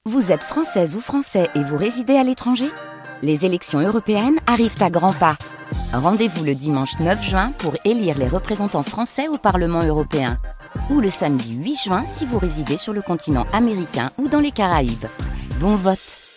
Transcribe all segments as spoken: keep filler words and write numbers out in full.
Vous êtes française ou français et vous résidez à l'étranger ? Les élections européennes arrivent à grands pas. Rendez-vous le dimanche neuf juin pour élire les représentants français au Parlement européen. Ou le samedi huit juin si vous résidez sur le continent américain ou dans les Caraïbes. Bon vote!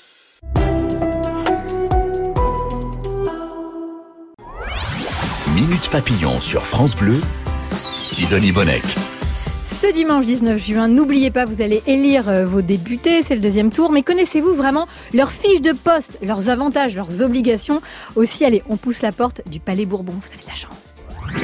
Minute Papillon sur France Bleu, Sidonie Bonnec. Ce dimanche dix-neuf juin, n'oubliez pas, vous allez élire vos députés, c'est le deuxième tour. Mais connaissez-vous vraiment leurs fiches de poste, leurs avantages, leurs obligations? Aussi, allez, on pousse la porte du Palais Bourbon, vous avez de la chance.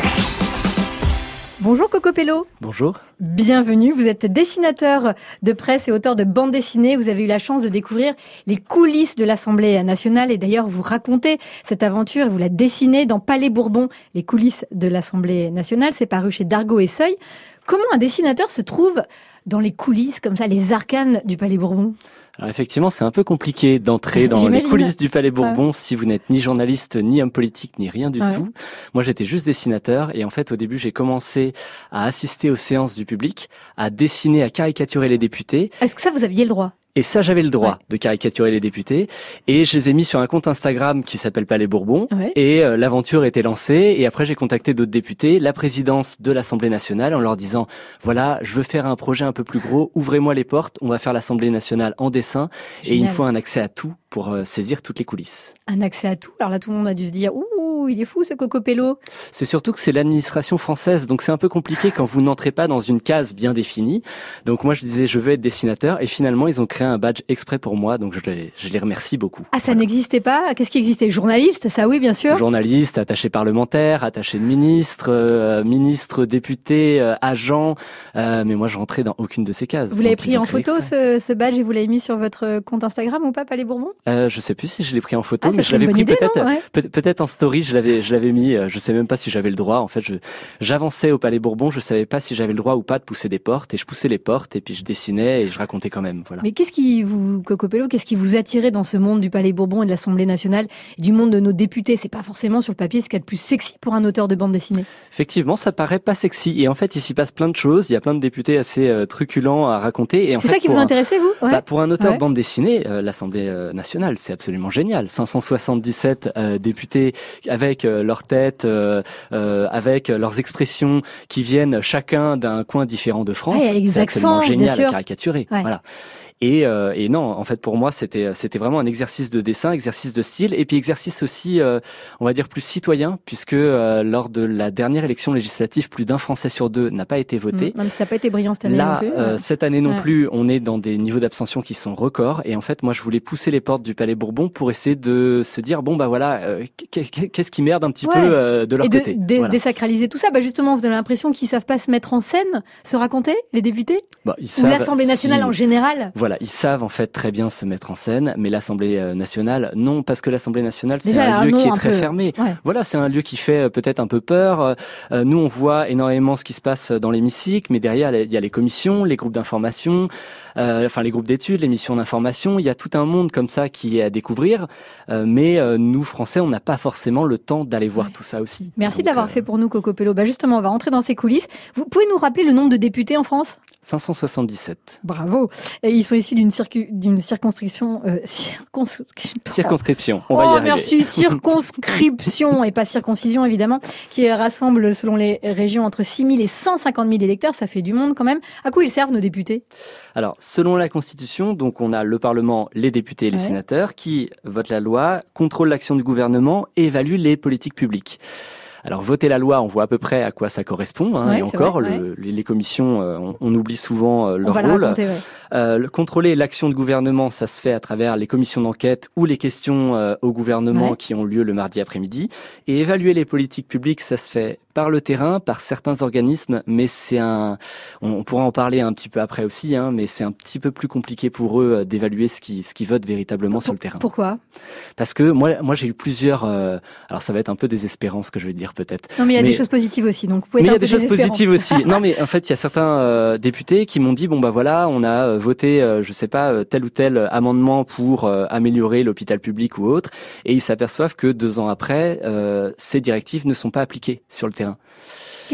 Bonjour Coco Pello. Bonjour. Bienvenue, vous êtes dessinateur de presse et auteur de bande dessinée. Vous avez eu la chance de découvrir les coulisses de l'Assemblée nationale et d'ailleurs vous racontez cette aventure et vous la dessinez dans Palais Bourbon, les coulisses de l'Assemblée nationale. C'est paru chez Dargaud et Seuil. Comment un dessinateur se trouve dans les coulisses, comme ça, les arcanes du Palais Bourbon? Alors effectivement, c'est un peu compliqué d'entrer dans J'imagine. les coulisses du Palais Bourbon ouais. si vous n'êtes ni journaliste, ni homme politique, ni rien du ouais. tout. Moi, j'étais juste dessinateur et en fait, au début, j'ai commencé à assister aux séances du public, à dessiner, à caricaturer les députés. Est-ce que ça, vous aviez le droit? Et ça, j'avais le droit ouais. de caricaturer les députés. Et je les ai mis sur un compte Instagram qui s'appelle Palais Bourbon. Ouais. Et euh, l'aventure était lancée. Et après, j'ai contacté d'autres députés, la présidence de l'Assemblée nationale, en leur disant, voilà, je veux faire un projet un peu plus gros. Ouvrez-moi les portes. On va faire l'Assemblée nationale en dessin. Et il me faut un accès à tout pour euh, saisir toutes les coulisses. Un accès à tout. Alors là, tout le monde a dû se dire, ouh, il est fou ce Coco Pello. C'est surtout que c'est l'administration française. Donc c'est un peu compliqué quand vous n'entrez pas dans une case bien définie. Donc moi, je disais, je veux être dessinateur. Et finalement, ils ont créé un badge exprès pour moi, donc je les, je les remercie beaucoup. Ah, ça voilà. n'existait pas? Qu'est-ce qui existait? Journaliste, ça oui, bien sûr. Journaliste, attaché parlementaire, attaché de ministre, euh, ministre, député, euh, agent, euh, mais moi je rentrais dans aucune de ces cases. Vous l'avez pris en photo ce, ce badge et vous l'avez mis sur votre compte Instagram ou pas, Palais Bourbon? euh, Je sais plus si je l'ai pris en photo, ah, mais je l'avais pris idée, peut-être, ouais. peut- peut-être en story, je l'avais, je l'avais mis, je sais même pas si j'avais le droit. En fait, je, j'avançais au Palais Bourbon, je savais pas si j'avais le droit ou pas de pousser des portes, et je poussais les portes, et puis je dessinais et je racontais quand même. Voilà. Mais qu'est-ce qui vous, Coco Pello, qu'est-ce qui vous attirait dans ce monde du Palais Bourbon et de l'Assemblée nationale et du monde de nos députés? C'est pas forcément sur le papier ce qu'il y a de plus sexy pour un auteur de bande dessinée. Effectivement, ça paraît pas sexy. Et en fait, il s'y passe plein de choses. Il y a plein de députés assez euh, truculents à raconter. Et en c'est fait, ça qui vous un, intéressait, vous? Ouais. Bah, pour un auteur ouais. de bande dessinée, euh, l'Assemblée euh, nationale, c'est absolument génial. cinq cent soixante-dix-sept euh, députés avec euh, leur tête, euh, euh, avec leurs expressions qui viennent chacun d'un coin différent de France. Ouais, c'est absolument accents, génial à caricaturer. Ouais. Voilà. Et, euh, et non, en fait, pour moi, c'était c'était vraiment un exercice de dessin, exercice de style, et puis exercice aussi, euh, on va dire, plus citoyen, puisque euh, lors de la dernière élection législative, plus d'un Français sur deux n'a pas été voté. Mmh, même si ça n'a pas été brillant cette année Là, non plus. euh, ouais. cette année non ouais. plus, on est dans des niveaux d'abstention qui sont records, et en fait, moi, je voulais pousser les portes du Palais Bourbon pour essayer de se dire, bon, bah voilà, euh, qu'est-ce qui merde un petit ouais. peu euh, de leur et de, côté. dé- voilà. Désacraliser tout ça. Bah justement, vous avez l'impression qu'ils savent pas se mettre en scène, se raconter, les députés, bon, ils ou savent l'Assemblée nationale si... en général. Voilà, ils savent en fait très bien se mettre en scène, mais l'Assemblée nationale, non, parce que l'Assemblée nationale, c'est Déjà, un lieu non, qui est un très peu. fermé. Ouais. Voilà, c'est un lieu qui fait peut-être un peu peur. Euh, nous, on voit énormément ce qui se passe dans l'hémicycle, mais derrière, il y a les commissions, les groupes d'information, euh, enfin les groupes d'études, les missions d'information. Il y a tout un monde comme ça qui est à découvrir, euh, mais euh, nous, Français, on n'a pas forcément le temps d'aller voir ouais. tout ça aussi. Merci Donc, d'avoir euh... fait pour nous, Coco Pello. Bah justement, on va rentrer dans ces coulisses. Vous pouvez nous rappeler le nombre de députés en France? cinq cent soixante-dix-sept. Bravo. Et ils sont issus d'une, circu... d'une circonscription... Euh, circons... Circonscription, on va oh, y arriver. Merci, circonscription et pas circoncision, évidemment, qui rassemble, selon les régions, entre six mille et cent cinquante mille électeurs. Ça fait du monde quand même. À quoi ils servent, nos députés? Alors, selon la Constitution, donc on a le Parlement, les députés et les ouais. sénateurs qui votent la loi, contrôlent l'action du gouvernement et évaluent les politiques publiques. Alors, voter la loi, on voit à peu près à quoi ça correspond. Hein, ouais, et encore, vrai, le, ouais. les commissions, euh, on, on oublie souvent euh, leur on va rôle. La raconter, ouais. euh, le, contrôler l'action du gouvernement, ça se fait à travers les commissions d'enquête ou les questions euh, au gouvernement ouais. qui ont lieu le mardi après-midi. Et évaluer les politiques publiques, ça se fait par le terrain, par certains organismes, mais c'est un, on, on pourra en parler un petit peu après aussi, hein, mais c'est un petit peu plus compliqué pour eux euh, d'évaluer ce qui, ce qui votent véritablement pour, sur le terrain. Pourquoi ? Parce que moi, moi j'ai eu plusieurs, euh, alors ça va être un peu désespérant ce que je vais dire peut-être. Non mais il y a mais, des choses positives aussi, donc vous pouvez mais être il y a des choses positives aussi. Non mais en fait il y a certains euh, députés qui m'ont dit bon bah voilà on a euh, voté euh, je sais pas euh, tel ou tel amendement pour euh, améliorer l'hôpital public ou autre, et ils s'aperçoivent que deux ans après euh, ces directives ne sont pas appliquées sur le terrain. Qu'est-ce qui manque ?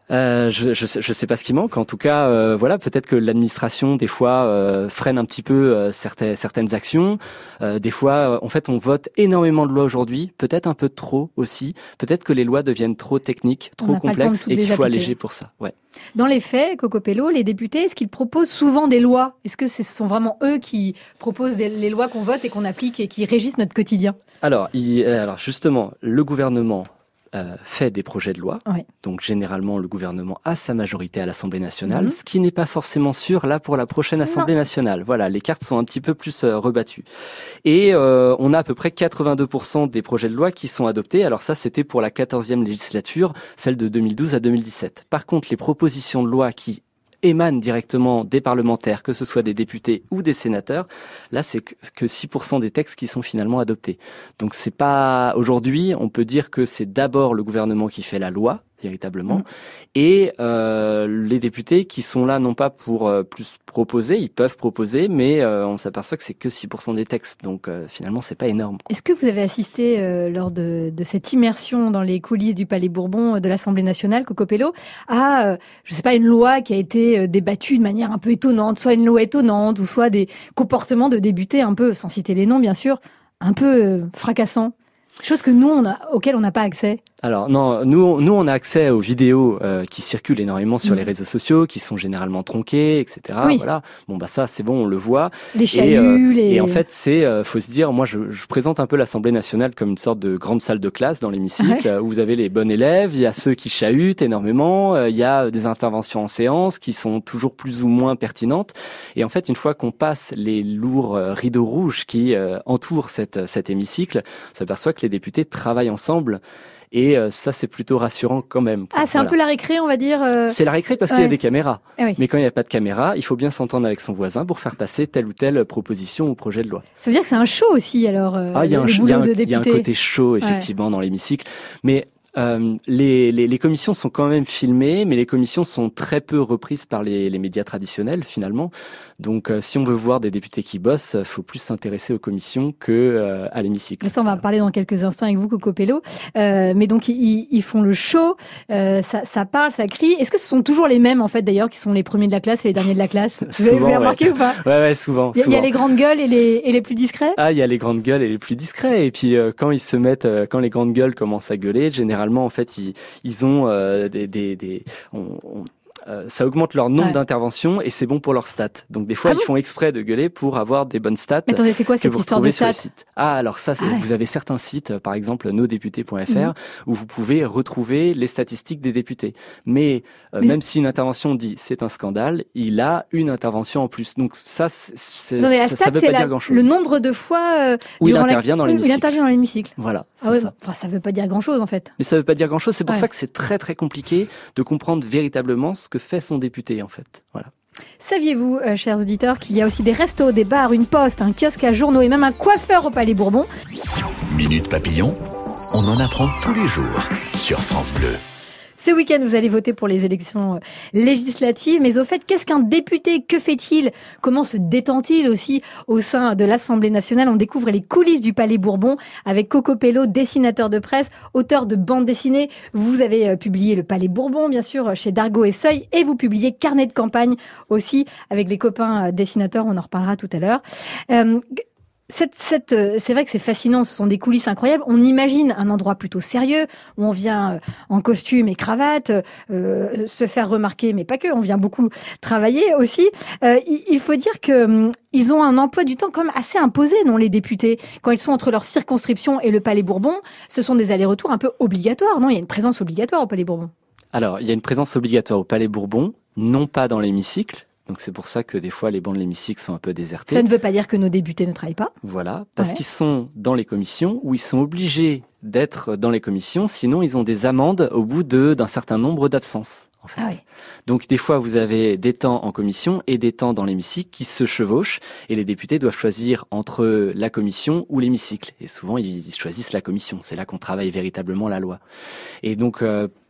Euh, je, je, sais, je sais pas ce qui manque. En tout cas, euh, voilà, peut-être que l'administration des fois euh, freine un petit peu euh, certaines certaines actions. Euh, des fois, euh, en fait, on vote énormément de lois aujourd'hui, peut-être un peu trop aussi. Peut-être que les lois deviennent trop techniques, trop complexes et qu'il faut alléger pour ça. Ouais. Dans les faits, Cocopello, les députés, est-ce qu'ils proposent souvent des lois ? Est-ce que ce sont vraiment eux qui proposent des, les lois qu'on vote et qu'on applique et qui régissent notre quotidien ? Alors, il, alors justement, le gouvernement Euh, fait des projets de loi. Oui. Donc généralement, le gouvernement a sa majorité à l'Assemblée nationale, mmh. ce qui n'est pas forcément sûr là pour la prochaine Assemblée non. nationale. Voilà, les cartes sont un petit peu plus euh, rebattues. Et euh, on a à peu près quatre-vingt-deux pour cent des projets de loi qui sont adoptés. Alors ça, c'était pour la quatorzième législature, celle de deux mille douze à deux mille dix-sept. Par contre, les propositions de loi qui émanent directement des parlementaires, que ce soit des députés ou des sénateurs, là c'est que six pour cent des textes qui sont finalement adoptés. Donc c'est pas aujourd'hui, on peut dire que c'est d'abord le gouvernement qui fait la loi véritablement, mmh. et euh, les députés qui sont là non pas pour euh, plus proposer, ils peuvent proposer, mais euh, on s'aperçoit que c'est que six pour cent des textes, donc euh, finalement c'est pas énorme. Est-ce que vous avez assisté euh, lors de, de cette immersion dans les coulisses du Palais Bourbon de l'Assemblée nationale, Cocopello, à, euh, je sais pas, une loi qui a été euh, débattue de manière un peu étonnante, soit une loi étonnante, ou soit des comportements de députés un peu, sans citer les noms bien sûr, un peu euh, fracassants ? Chose que nous, on a, auquel on n'a pas accès. Alors non, nous, nous on a accès aux vidéos euh, qui circulent énormément sur mmh. les réseaux sociaux, qui sont généralement tronquées, et cetera. Oui. Voilà. Bon bah ça c'est bon, on le voit. Les chahuts, et, euh, les. Et en fait c'est, euh, faut se dire, moi je, je présente un peu l'Assemblée nationale comme une sorte de grande salle de classe dans l'hémicycle ouais. où vous avez les bons élèves, il y a ceux qui chahutent énormément, euh, il y a des interventions en séance qui sont toujours plus ou moins pertinentes. Et en fait une fois qu'on passe les lourds euh, rideaux rouges qui euh, entourent cette, cet hémicycle, on s'aperçoit que les députés travaillent ensemble. Et euh, ça, c'est plutôt rassurant quand même. Ah, c'est voilà. un peu la récré, on va dire euh... C'est la récré parce ouais. qu'il y a des caméras. Eh oui. Mais quand il n'y a pas de caméra, il faut bien s'entendre avec son voisin pour faire passer telle ou telle proposition ou projet de loi. Ça veut dire que c'est un show aussi, alors, euh, ah, il y a un, le ch- boulot y a un, de député. Il y a un côté show, effectivement, ouais. dans l'hémicycle. Mais... Euh, les, les, les commissions sont quand même filmées, mais les commissions sont très peu reprises par les, les médias traditionnels finalement. Donc, euh, si on veut voir des députés qui bossent, il faut plus s'intéresser aux commissions que euh, à l'hémicycle. Ça, on va en parler dans quelques instants avec vous, Cocopello. Euh, mais donc, ils, ils font le show, euh, ça, ça parle, ça crie. Est-ce que ce sont toujours les mêmes en fait d'ailleurs qui sont les premiers de la classe et les derniers de la classe? Vous souvent, avez, vous avez remarqué ouais. ou pas? Ouais, ouais, souvent. Il y, y a les grandes gueules et les, et les plus discrets. Ah, il y a les grandes gueules et les plus discrets. Et puis euh, quand ils se mettent, euh, quand les grandes gueules commencent à gueuler, généralement en fait ils Ils ont euh, des, des, des on, on, euh, ça augmente leur nombre ouais. d'interventions et c'est bon pour leurs stats. Donc des fois, ah ils bon font exprès de gueuler pour avoir des bonnes stats. Mais attendez, c'est quoi cette histoire de stats? Ah, alors ça, c'est, ah ouais. vous avez certains sites, par exemple nos députés point f r, mmh. où vous pouvez retrouver les statistiques des députés. Mais, euh, Mais même si une intervention dit c'est un scandale, il a une intervention en plus. Donc ça, c'est, c'est, non, ça, stat, ça veut pas la, dire grand-chose. Le nombre de fois euh, où il intervient la... dans l'hémicycle. Il intervient dans l'hémicycle. Voilà. Ah ouais, ça. Enfin, ça veut pas dire grand-chose en fait. Mais ça veut pas dire grand-chose. C'est pour ouais. ça que c'est très très compliqué de comprendre véritablement ce que fait son député en fait. Voilà. Saviez-vous, euh, chers auditeurs, qu'il y a aussi des restos, des bars, une poste, un kiosque à journaux et même un coiffeur au Palais Bourbon? Minute Papillon, on en apprend tous les jours sur France Bleu. Ce week-end, vous allez voter pour les élections législatives. Mais au fait, qu'est-ce qu'un député? Que fait-il? Comment se détend-il aussi au sein de l'Assemblée nationale? On découvre les coulisses du Palais Bourbon avec Cocopello, dessinateur de presse, auteur de bande dessinée. Vous avez publié Le Palais Bourbon, bien sûr, chez Dargaud et Seuil. Et vous publiez Carnet de campagne aussi avec les copains dessinateurs. On en reparlera tout à l'heure. Euh, Cette, cette, c'est vrai que c'est fascinant, ce sont des coulisses incroyables. On imagine un endroit plutôt sérieux, où on vient en costume et cravate, euh, se faire remarquer, mais pas que, on vient beaucoup travailler aussi. Euh, il faut dire que ils ont un emploi du temps quand même assez imposé, non, les députés? Quand ils sont entre leur circonscription et le Palais Bourbon, ce sont des allers-retours un peu obligatoires, non? Il y a une présence obligatoire au Palais Bourbon. Alors, il y a une présence obligatoire au Palais Bourbon, non pas dans l'hémicycle. Donc c'est pour ça que des fois les bancs de l'hémicycle sont un peu désertés. Ça ne veut pas dire que nos députés ne travaillent pas. Voilà, parce ouais. qu'ils sont dans les commissions où ils sont obligés d'être dans les commissions, sinon ils ont des amendes au bout de, d'un certain nombre d'absences. En fait. Ah oui. Donc des fois vous avez des temps en commission et des temps dans l'hémicycle qui se chevauchent et les députés doivent choisir entre la commission ou l'hémicycle. Et souvent ils choisissent la commission, c'est là qu'on travaille véritablement la loi. Et donc euh,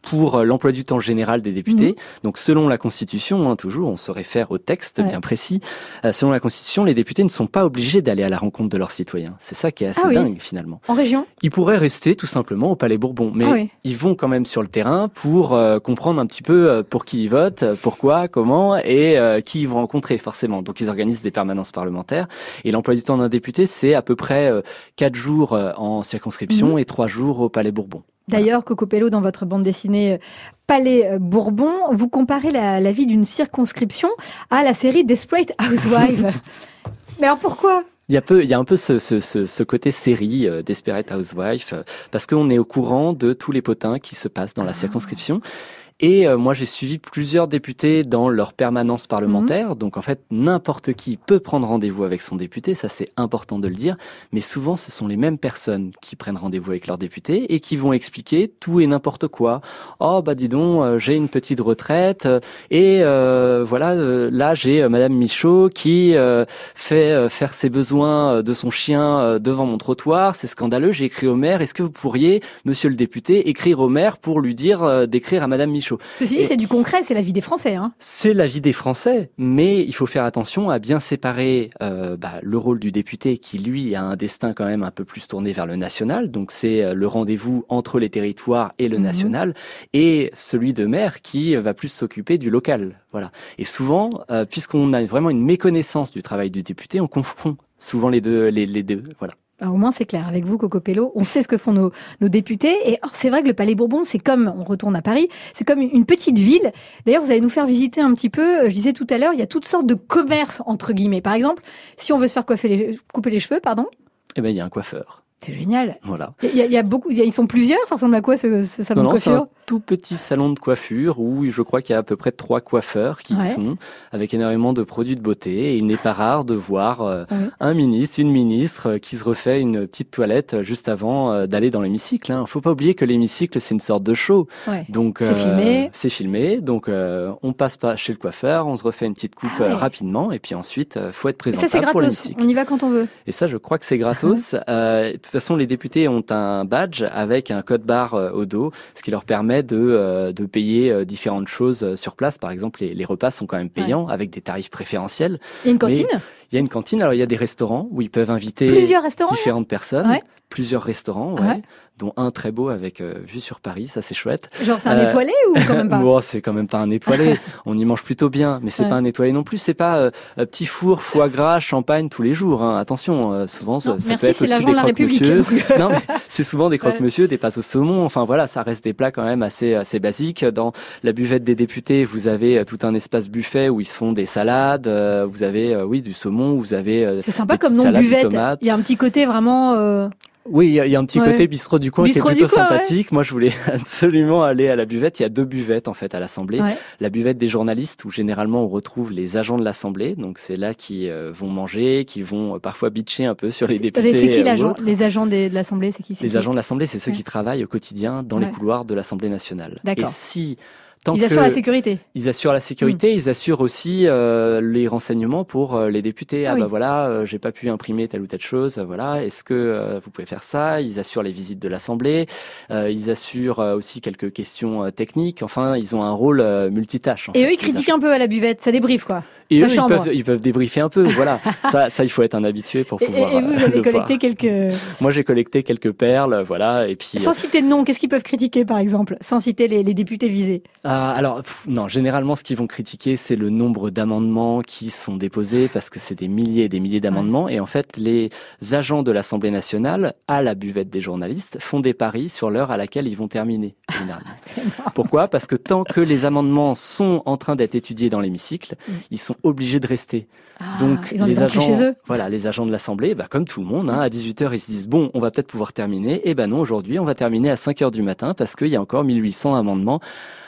pour l'emploi du temps général des députés. Mmh. Donc selon la Constitution, hein, toujours, on se réfère au texte ouais. bien précis. Euh, selon la Constitution, les députés ne sont pas obligés d'aller à la rencontre de leurs citoyens. C'est ça qui est assez ah oui. dingue finalement. En région ? Ils pourraient rester tout simplement au Palais Bourbon, mais ah oui. ils vont quand même sur le terrain pour euh, comprendre un petit peu euh, pour qui ils votent, pourquoi, comment et euh, qui ils vont rencontrer forcément. Donc ils organisent des permanences parlementaires et l'emploi du temps d'un député, c'est à peu près euh, quatre jours euh, en circonscription mmh. et trois jours au Palais Bourbon. D'ailleurs, Coco Pello, dans votre bande dessinée Palais Bourbon, vous comparez la, la vie d'une circonscription à la série Desperate Housewives. Mais alors pourquoi ? Il y a peu, il y a un peu ce, ce, ce, ce côté série euh, Desperate Housewives, euh, parce qu'on est au courant de tous les potins qui se passent dans la circonscription. Et euh, moi, j'ai suivi plusieurs députés dans leur permanence parlementaire. Mmh. Donc, en fait, n'importe qui peut prendre rendez-vous avec son député. Ça, c'est important de le dire. Mais souvent, ce sont les mêmes personnes qui prennent rendez-vous avec leurs députés et qui vont expliquer tout et n'importe quoi. Oh, bah dis donc, euh, j'ai une petite retraite euh, et euh, voilà, euh, là, j'ai euh, Madame Michaud qui euh, fait euh, faire ses besoins de son chien euh, devant mon trottoir. C'est scandaleux. J'ai écrit au maire. Est-ce que vous pourriez, Monsieur le député, écrire au maire pour lui dire euh, d'écrire à Madame Michaud? Ceci dit, c'est du concret, c'est la vie des Français. Hein. C'est la vie des Français, mais il faut faire attention à bien séparer euh, bah, le rôle du député qui, lui, a un destin quand même un peu plus tourné vers le national, donc c'est le rendez-vous entre les territoires et le mmh. national, et celui de maire qui va plus s'occuper du local. Voilà. Et souvent, euh, puisqu'on a vraiment une méconnaissance du travail du député, on confond souvent les deux. Les, les deux voilà. Alors, au moins, c'est clair. Avec vous, Coco Pello, on sait ce que font nos, nos députés. Et or, c'est vrai que le Palais Bourbon, c'est comme, on retourne à Paris, c'est comme une petite ville. D'ailleurs, vous allez nous faire visiter un petit peu. Je disais tout à l'heure, il y a toutes sortes de commerces, entre guillemets. Par exemple, si on veut se faire coiffer les, couper les cheveux, pardon. Eh ben, il y a un coiffeur. C'est génial. Voilà. Il y a, il y a beaucoup, il y a, ils sont plusieurs. Ça ressemble à quoi ce, ce salon non, de coiffure? Non, c'est un tout petit salon de coiffure où je crois qu'il y a à peu près trois coiffeurs qui ouais. y sont, avec énormément de produits de beauté. Et il n'est pas rare de voir euh, ouais. un ministre, une ministre euh, qui se refait une petite toilette juste avant euh, d'aller dans l'hémicycle. Hein. Faut pas oublier que l'hémicycle c'est une sorte de show. Ouais. Donc c'est euh, filmé. C'est filmé. Donc euh, on passe pas chez le coiffeur, on se refait une petite coupe ah ouais. euh, rapidement et puis ensuite euh, faut être présentable et ça, c'est pour gratos. l'hémicycle. On y va quand on veut. Et ça, je crois que c'est gratos. euh, de toute façon, les députés ont un badge avec un code barre euh, au dos, ce qui leur permet de euh, de payer euh, différentes choses euh, sur place. Par exemple, les, les repas sont quand même payants ouais. avec des tarifs préférentiels. Il y a une cantine. Il y a une cantine. Alors il y a des restaurants où ils peuvent inviter plusieurs restaurants, différentes ouais. personnes. Ouais. Plusieurs restaurants, ouais, ouais. dont un très beau avec euh, vue sur Paris, ça c'est chouette. Genre c'est un euh, étoilé ou quand même pas? Bon, c'est quand même pas un étoilé. On y mange plutôt bien, mais c'est ouais. pas un étoilé non plus. C'est pas euh, petit four, foie gras, champagne tous les jours. Hein. Attention, euh, souvent non, ça, merci, ça peut être aussi des croque-monsieur. Non, mais c'est souvent des croque-monsieur, ouais. des pâtes au saumon. Enfin voilà, ça reste des plats quand même assez assez basiques. Dans la buvette des députés, vous avez euh, tout un espace buffet où ils se font des salades. Euh, vous avez euh, oui du saumon. Vous avez euh, c'est sympa comme nom buvette. Il y a un petit côté vraiment. Euh... Oui, il y, y a un petit ouais. côté bistrot du coin bistrot qui est plutôt coin, sympathique. Ouais. Moi, je voulais absolument aller à la buvette. Il y a deux buvettes, en fait, à l'Assemblée. Ouais. La buvette des journalistes, où généralement on retrouve les agents de l'Assemblée. Donc, c'est là qui euh, vont manger, qui vont euh, parfois bitcher un peu sur les députés. C'est qui l'agent? Les agents des, de l'Assemblée, c'est qui? Les qui agents de l'Assemblée, c'est ceux ouais. qui travaillent au quotidien dans ouais. les couloirs de l'Assemblée nationale. D'accord. Et si... Tant ils assurent la sécurité. Ils assurent la sécurité, mmh. ils assurent aussi euh, les renseignements pour euh, les députés. Ah, ah oui. bah voilà, euh, j'ai pas pu imprimer telle ou telle chose. Voilà, est-ce que euh, vous pouvez faire ça? Ils assurent les visites de l'Assemblée. Euh, ils assurent euh, aussi quelques questions euh, techniques. Enfin, ils ont un rôle euh, multitâche. En et fait, eux, ils critiquent un peu à la buvette, ça débriefe quoi. Et ça eux, ils peuvent, ils peuvent débriefer un peu. Voilà, ça, ça, il faut être un habitué pour pouvoir. Et, et vous euh, avez collecté voir. quelques. Moi, j'ai collecté quelques perles, voilà, et puis. Sans citer de nom, qu'est-ce qu'ils peuvent critiquer, par exemple, sans citer les, les députés visés? Ah, alors. Pff, Non, généralement, ce qu'ils vont critiquer, c'est le nombre d'amendements qui sont déposés, parce que c'est des milliers et des milliers d'amendements. Ouais. Et en fait, les agents de l'Assemblée nationale, à la buvette des journalistes, font des paris sur l'heure à laquelle ils vont terminer. Pourquoi? Parce que tant que les amendements sont en train d'être étudiés dans l'hémicycle, mmh. ils sont obligés de rester. Ah, Donc, ils ont les agents, chez eux. voilà, les agents de l'Assemblée, bah, comme tout le monde, hein, à dix-huit heures, ils se disent bon, on va peut-être pouvoir terminer. Et ben non, aujourd'hui, on va terminer à cinq heures du matin parce qu'il y a encore mille huit cents amendements.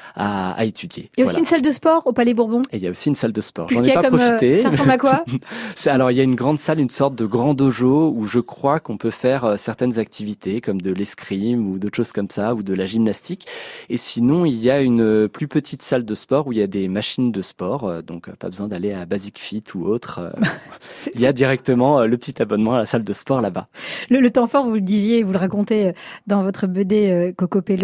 À, à étudier. Il y a voilà. aussi une salle de sport au Palais Bourbon. Et il y a aussi une salle de sport. Qu'est-ce J'en ai pas comme, profité. Euh, ça ressemble à quoi? C'est, alors, il y a une grande salle, une sorte de grand dojo où je crois qu'on peut faire euh, certaines activités comme de l'escrime ou d'autres choses comme ça, ou de la gymnastique. Et sinon, il y a une euh, plus petite salle de sport où il y a des machines de sport. Euh, donc, euh, pas besoin d'aller à Basic Fit ou autre. Euh, il y a directement euh, le petit abonnement à la salle de sport là-bas. Le, le temps fort, vous le disiez, vous le racontez dans votre B D euh, Coco Pello,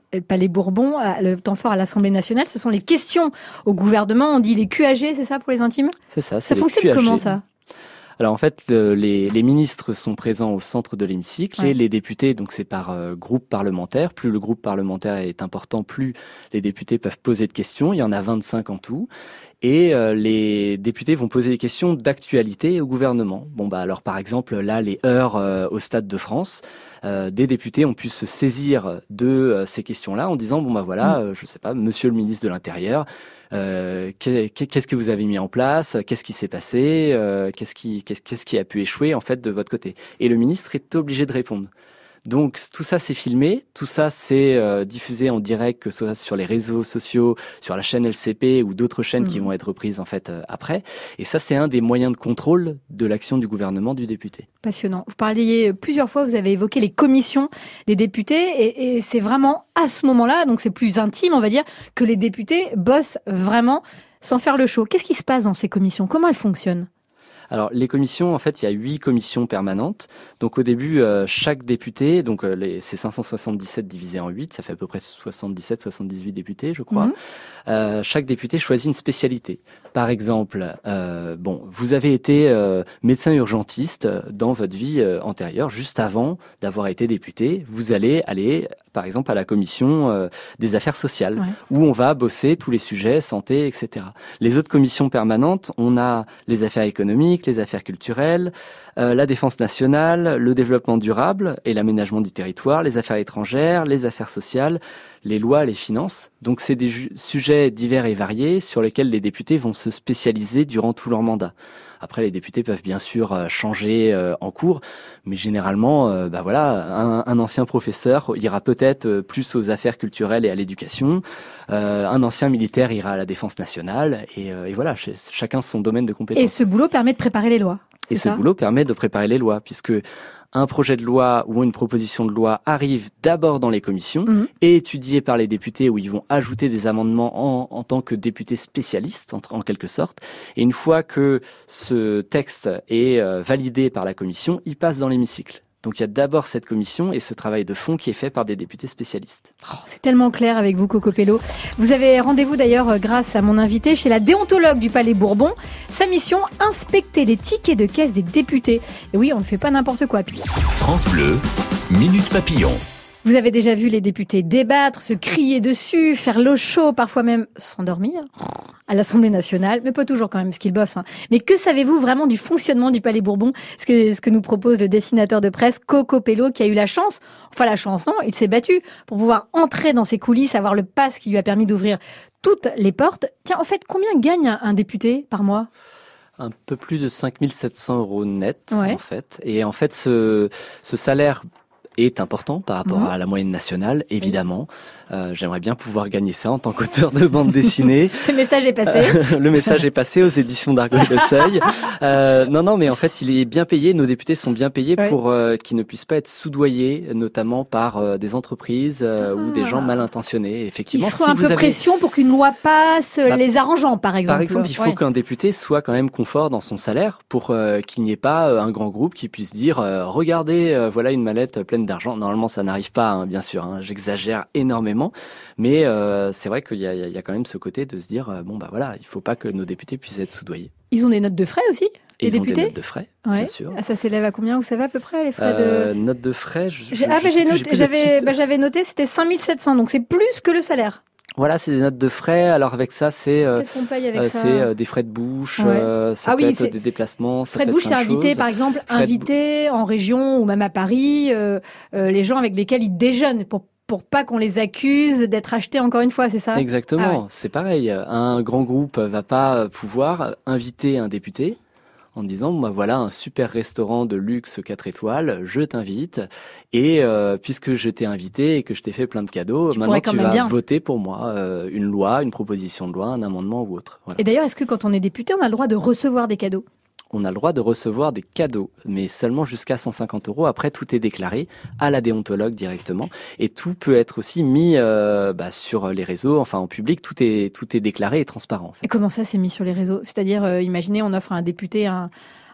le Palais Bourbon, le temps fort à l'Assemblée nationale, ce sont les questions au gouvernement. On dit les Q A G, c'est ça pour les intimes ? C'est ça. Ça c'est fonctionne les Q A G. comment ça ? Alors en fait, le, les, les ministres sont présents au centre de l'hémicycle ouais. et les députés, donc c'est par euh, groupe parlementaire. Plus le groupe parlementaire est important, plus les députés peuvent poser de questions. Il y en a vingt-cinq en tout. Et euh, les députés vont poser des questions d'actualité au gouvernement. Bon bah alors par exemple là les heurts euh, au Stade de France, euh, des députés ont pu se saisir de euh, ces questions-là en disant bon bah voilà, euh, je sais pas, Monsieur le ministre de l'Intérieur, euh, qu'est-ce que vous avez mis en place, qu'est-ce qui s'est passé, euh, qu'est-ce qui qu'est-ce, qu'est-ce qui a pu échouer en fait de votre côté. Et le ministre est obligé de répondre. Donc tout ça c'est filmé, tout ça c'est euh, diffusé en direct, que ce soit sur les réseaux sociaux, sur la chaîne L C P ou d'autres chaînes mmh. qui vont être reprises en fait euh, après. Et ça c'est un des moyens de contrôle de l'action du gouvernement, du député. Passionnant. Vous parliez plusieurs fois, vous avez évoqué les commissions des députés et, et c'est vraiment à ce moment-là, donc c'est plus intime on va dire, que les députés bossent vraiment sans faire le show. Qu'est-ce qui se passe dans ces commissions ? Comment elles fonctionnent ? Alors les commissions, en fait, il y a huit commissions permanentes. Donc au début, euh, chaque député, donc euh, les, c'est cinq cent soixante-dix-sept divisé en huit, ça fait à peu près soixante-dix-sept, soixante-dix-huit députés, je crois. Mmh. Euh, chaque député choisit une spécialité. Par exemple, euh, bon, vous avez été euh, médecin urgentiste dans votre vie euh, antérieure, juste avant d'avoir été député. Vous allez aller, par exemple, à la commission euh, des affaires sociales, ouais. où on va bosser tous les sujets santé, et cetera. Les autres commissions permanentes, on a les affaires économiques, les affaires culturelles, euh, la défense nationale, le développement durable et l'aménagement du territoire, les affaires étrangères, les affaires sociales, les lois, les finances. Donc c'est des ju- sujets divers et variés sur lesquels les députés vont se spécialiser durant tout leur mandat. Après, les députés peuvent bien sûr euh, changer euh, en cours, mais généralement, euh, bah voilà, un, un ancien professeur ira peut-être euh, plus aux affaires culturelles et à l'éducation. Euh, un ancien militaire ira à la défense nationale, et, euh, et voilà, ch- chacun son domaine de compétence. Et ce boulot permet de préparer les lois. Et c'est ce ça boulot permet de préparer les lois, puisque un projet de loi ou une proposition de loi arrive d'abord dans les commissions, mmh. et étudié par les députés, où ils vont ajouter des amendements en, en tant que députés spécialistes, en, en quelque sorte. Et une fois que ce texte est euh, validé par la commission, il passe dans l'hémicycle. Donc il y a d'abord cette commission et ce travail de fond qui est fait par des députés spécialistes. Oh, c'est tellement clair avec vous, Coco Pello. Vous avez rendez-vous d'ailleurs grâce à mon invité chez la déontologue du Palais Bourbon. Sa mission, inspecter les tickets de caisse des députés. Et oui, on ne fait pas n'importe quoi. Puis... France Bleu, Minute Papillon. Vous avez déjà vu les députés débattre, se crier dessus, faire l'eau chaud, parfois même s'endormir à l'Assemblée nationale, mais pas toujours quand même, parce qu'ils bossent. Hein. Mais que savez-vous vraiment du fonctionnement du Palais Bourbon ? Ce que, ce que nous propose le dessinateur de presse Coco Pello, qui a eu la chance, enfin la chance non, il s'est battu pour pouvoir entrer dans ces coulisses, avoir le pass qui lui a permis d'ouvrir toutes les portes. Tiens, en fait, combien gagne un, un député par mois ? Un peu plus de cinq mille sept cents euros net, ouais. en fait. Et en fait, ce, ce salaire est important par rapport mmh. à la moyenne nationale, évidemment. Oui. Euh, j'aimerais bien pouvoir gagner ça en tant qu'auteur de bande dessinée. Le message est passé. Euh, le message est passé aux éditions d'Argueil-le-Seuil. Euh, non, non, mais en fait, il est bien payé. Nos députés sont bien payés oui. pour euh, qu'ils ne puissent pas être soudoyés, notamment par euh, des entreprises euh, ah. ou des gens mal intentionnés. Effectivement, il faut si un vous peu avez... pression pour qu'une loi passe, bah, les arrangeant, par exemple. Par exemple, il faut ouais. qu'un député soit quand même confort dans son salaire pour euh, qu'il n'y ait pas euh, un grand groupe qui puisse dire euh, « Regardez, euh, voilà une mallette pleine d'argent ». Normalement, ça n'arrive pas, hein, bien sûr. Hein, j'exagère énormément, mais euh, c'est vrai qu'il y a, il y a quand même ce côté de se dire euh, bon bah voilà, il faut pas que nos députés puissent être soudoyés. Ils ont des notes de frais aussi, les ils députés. Ils ont des notes de frais, ouais. bien sûr. Ah, ça s'élève à combien, vous savez à peu près les frais euh, de notes de frais. Je, j'ai, je, ah, je bah, j'ai plus, noté, j'avais, bah, j'avais noté, c'était cinq mille sept cents, donc c'est plus que le salaire. Voilà, c'est des notes de frais. Alors avec ça, c'est euh, qu'est-ce qu'on paye avec euh, ça ? C'est euh, des frais de bouche, ouais. euh, ça ah peut oui, être c'est... des déplacements, ça frais peut de bouche, être c'est invité, choses. par exemple, frais invité de... en région ou même à Paris, euh, euh, les gens avec lesquels ils déjeunent pour pour pas qu'on les accuse d'être achetés encore une fois, c'est ça ? Exactement, ah ouais. c'est pareil. Un grand groupe va pas pouvoir inviter un député en disant bah voilà un super restaurant de luxe quatre étoiles, je t'invite et euh, puisque je t'ai invité et que je t'ai fait plein de cadeaux, tu maintenant tu vas bien. voter pour moi euh, une loi, une proposition de loi, un amendement ou autre. Voilà. Et d'ailleurs, est-ce que quand on est député, on a le droit de recevoir des cadeaux ? On a le droit de recevoir des cadeaux, mais seulement jusqu'à cent cinquante euros. Après, tout est déclaré à la déontologue directement. Et tout peut être aussi mis euh, bah, sur les réseaux, enfin en public. Tout est, tout est déclaré et transparent. En fait. Et comment ça, c'est mis sur les réseaux ? C'est-à-dire, euh, imaginez, on offre à un député un,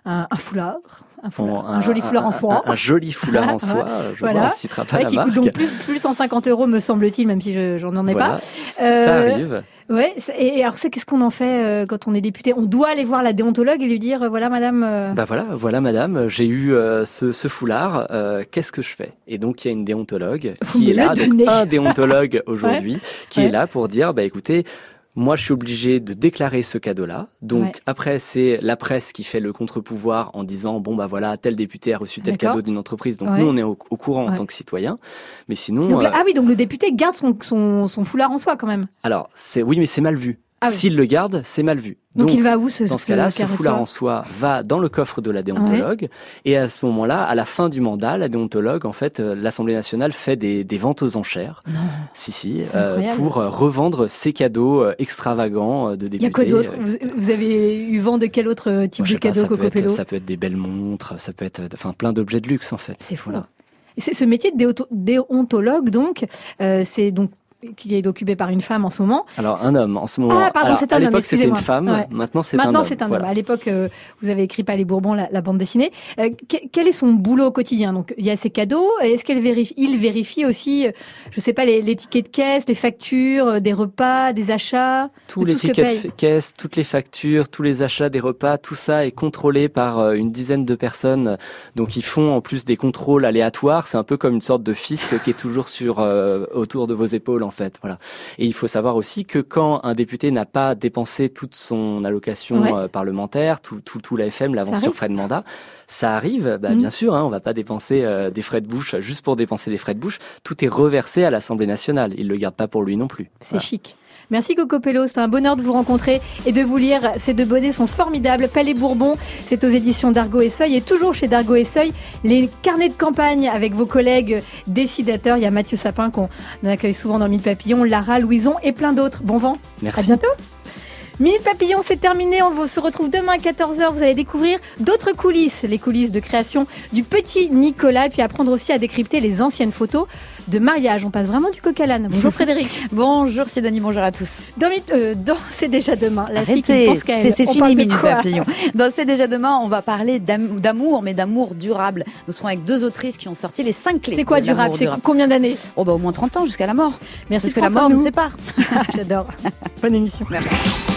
un, un foulard. Un, foulard, bon, un, un joli foulard un, en soie. Un, un joli foulard en soie, je voilà. vois, on citera pas ouais, la qui marque. coûte donc plus, plus cent cinquante euros, me semble-t-il, même si je, j'en en ai voilà, pas. Ça euh, arrive. Ouais, et alors c'est qu'est-ce qu'on en fait euh, quand on est député? On doit aller voir la déontologue et lui dire euh, voilà madame. Euh... Bah voilà, voilà madame, j'ai eu euh, ce, ce foulard, euh, qu'est-ce que je fais? Et donc il y a une déontologue Vous qui me est là, le donc donnez. un déontologue aujourd'hui, ouais. qui ouais. est là pour dire bah écoutez. Moi, je suis obligé de déclarer ce cadeau-là. Donc, ouais. après, c'est la presse qui fait le contre-pouvoir en disant, bon, bah voilà, tel député a reçu tel D'accord. cadeau d'une entreprise. Donc, ouais. nous, on est au, au courant ouais. en tant que citoyen. Mais sinon... Donc, là, euh... ah oui, donc le député garde son, son, son foulard en soi, quand même. Alors, c'est oui, mais c'est mal vu. Ah oui. S'il le garde, c'est mal vu. Donc, Donc il va où ce Dans ce cas-là, ce ce foulard en soie va dans le coffre de la déontologue. Ouais. Et à ce moment-là, à la fin du mandat, la déontologue, en fait, euh, l'Assemblée nationale fait des, des ventes aux enchères. Non. Si, si, euh, pour euh, revendre ces cadeaux euh, extravagants euh, de députés. Il y a quoi d'autre? vous, vous avez eu vent de quel autre type Moi, de cadeau, Coco Pello? Ça peut être des belles montres, ça peut être, enfin, plein d'objets de luxe, en fait. C'est fou. Voilà. C'est ce métier de déo- déontologue, donc, euh, c'est donc qui est occupé par une femme en ce moment. Alors, c'est... un homme, en ce moment. Ah, pardon, Alors, c'est un à homme, l'époque, c'était une femme. Ouais. Maintenant, c'est Maintenant, un homme. c'est un voilà. homme. À l'époque, euh, vous avez écrit Palais Bourbon, la, la bande dessinée. Euh, que, quel est son boulot au quotidien? Donc, il y a ses cadeaux. Est-ce qu'elle vérifie, il vérifie aussi, euh, je sais pas, les, les tickets de caisse, les factures, euh, des repas, des achats? Tous les tout tickets de caisse, toutes les factures, tous les achats des repas, tout ça est contrôlé par euh, une dizaine de personnes. Donc, ils font en plus des contrôles aléatoires. C'est un peu comme une sorte de fisc qui est toujours sur, euh, autour de vos épaules, en fait. Voilà. Et il faut savoir aussi que quand un député n'a pas dépensé toute son allocation ouais. euh, parlementaire, tout, tout, tout la F M, l'avance sur frais de mandat, ça arrive, bah, mmh. bien sûr, hein, on va pas dépenser euh, des frais de bouche juste pour dépenser des frais de bouche. Tout est reversé à l'Assemblée nationale. Il le garde pas pour lui non plus. C'est voilà. chic. Merci Coco Pello, c'est un bonheur de vous rencontrer et de vous lire. Ces deux bonnets sont formidables. Palais Bourbon, c'est aux éditions Dargaud et Seuil. Et toujours chez Dargaud et Seuil, les carnets de campagne avec vos collègues décidateurs. Il y a Mathieu Sapin qu'on accueille souvent dans Mille Papillons, Lara, Louison et plein d'autres. Bon vent. Merci. À bientôt. Mille Papillons, c'est terminé. On se retrouve demain à quatorze heures. Vous allez découvrir d'autres coulisses, les coulisses de création du petit Nicolas, et puis apprendre aussi à décrypter les anciennes photos de mariage. On passe vraiment du coq à l'âne. Bonjour Frédéric. Bonjour Sidonie, bonjour à tous. Dans, euh, dans C'est déjà demain. La Arrêtez, fille qui pense qu'à elle. c'est, c'est on fini Minute Papillon. Dans C'est déjà demain, on va parler d'amour, mais d'amour durable. Nous serons avec deux autrices qui ont sorti les cinq clés. C'est quoi de durable? C'est durable. combien d'années? Oh bah au moins trente ans jusqu'à la mort. Merci. Parce que la mort nous sépare. J'adore. Bonne émission. Merci.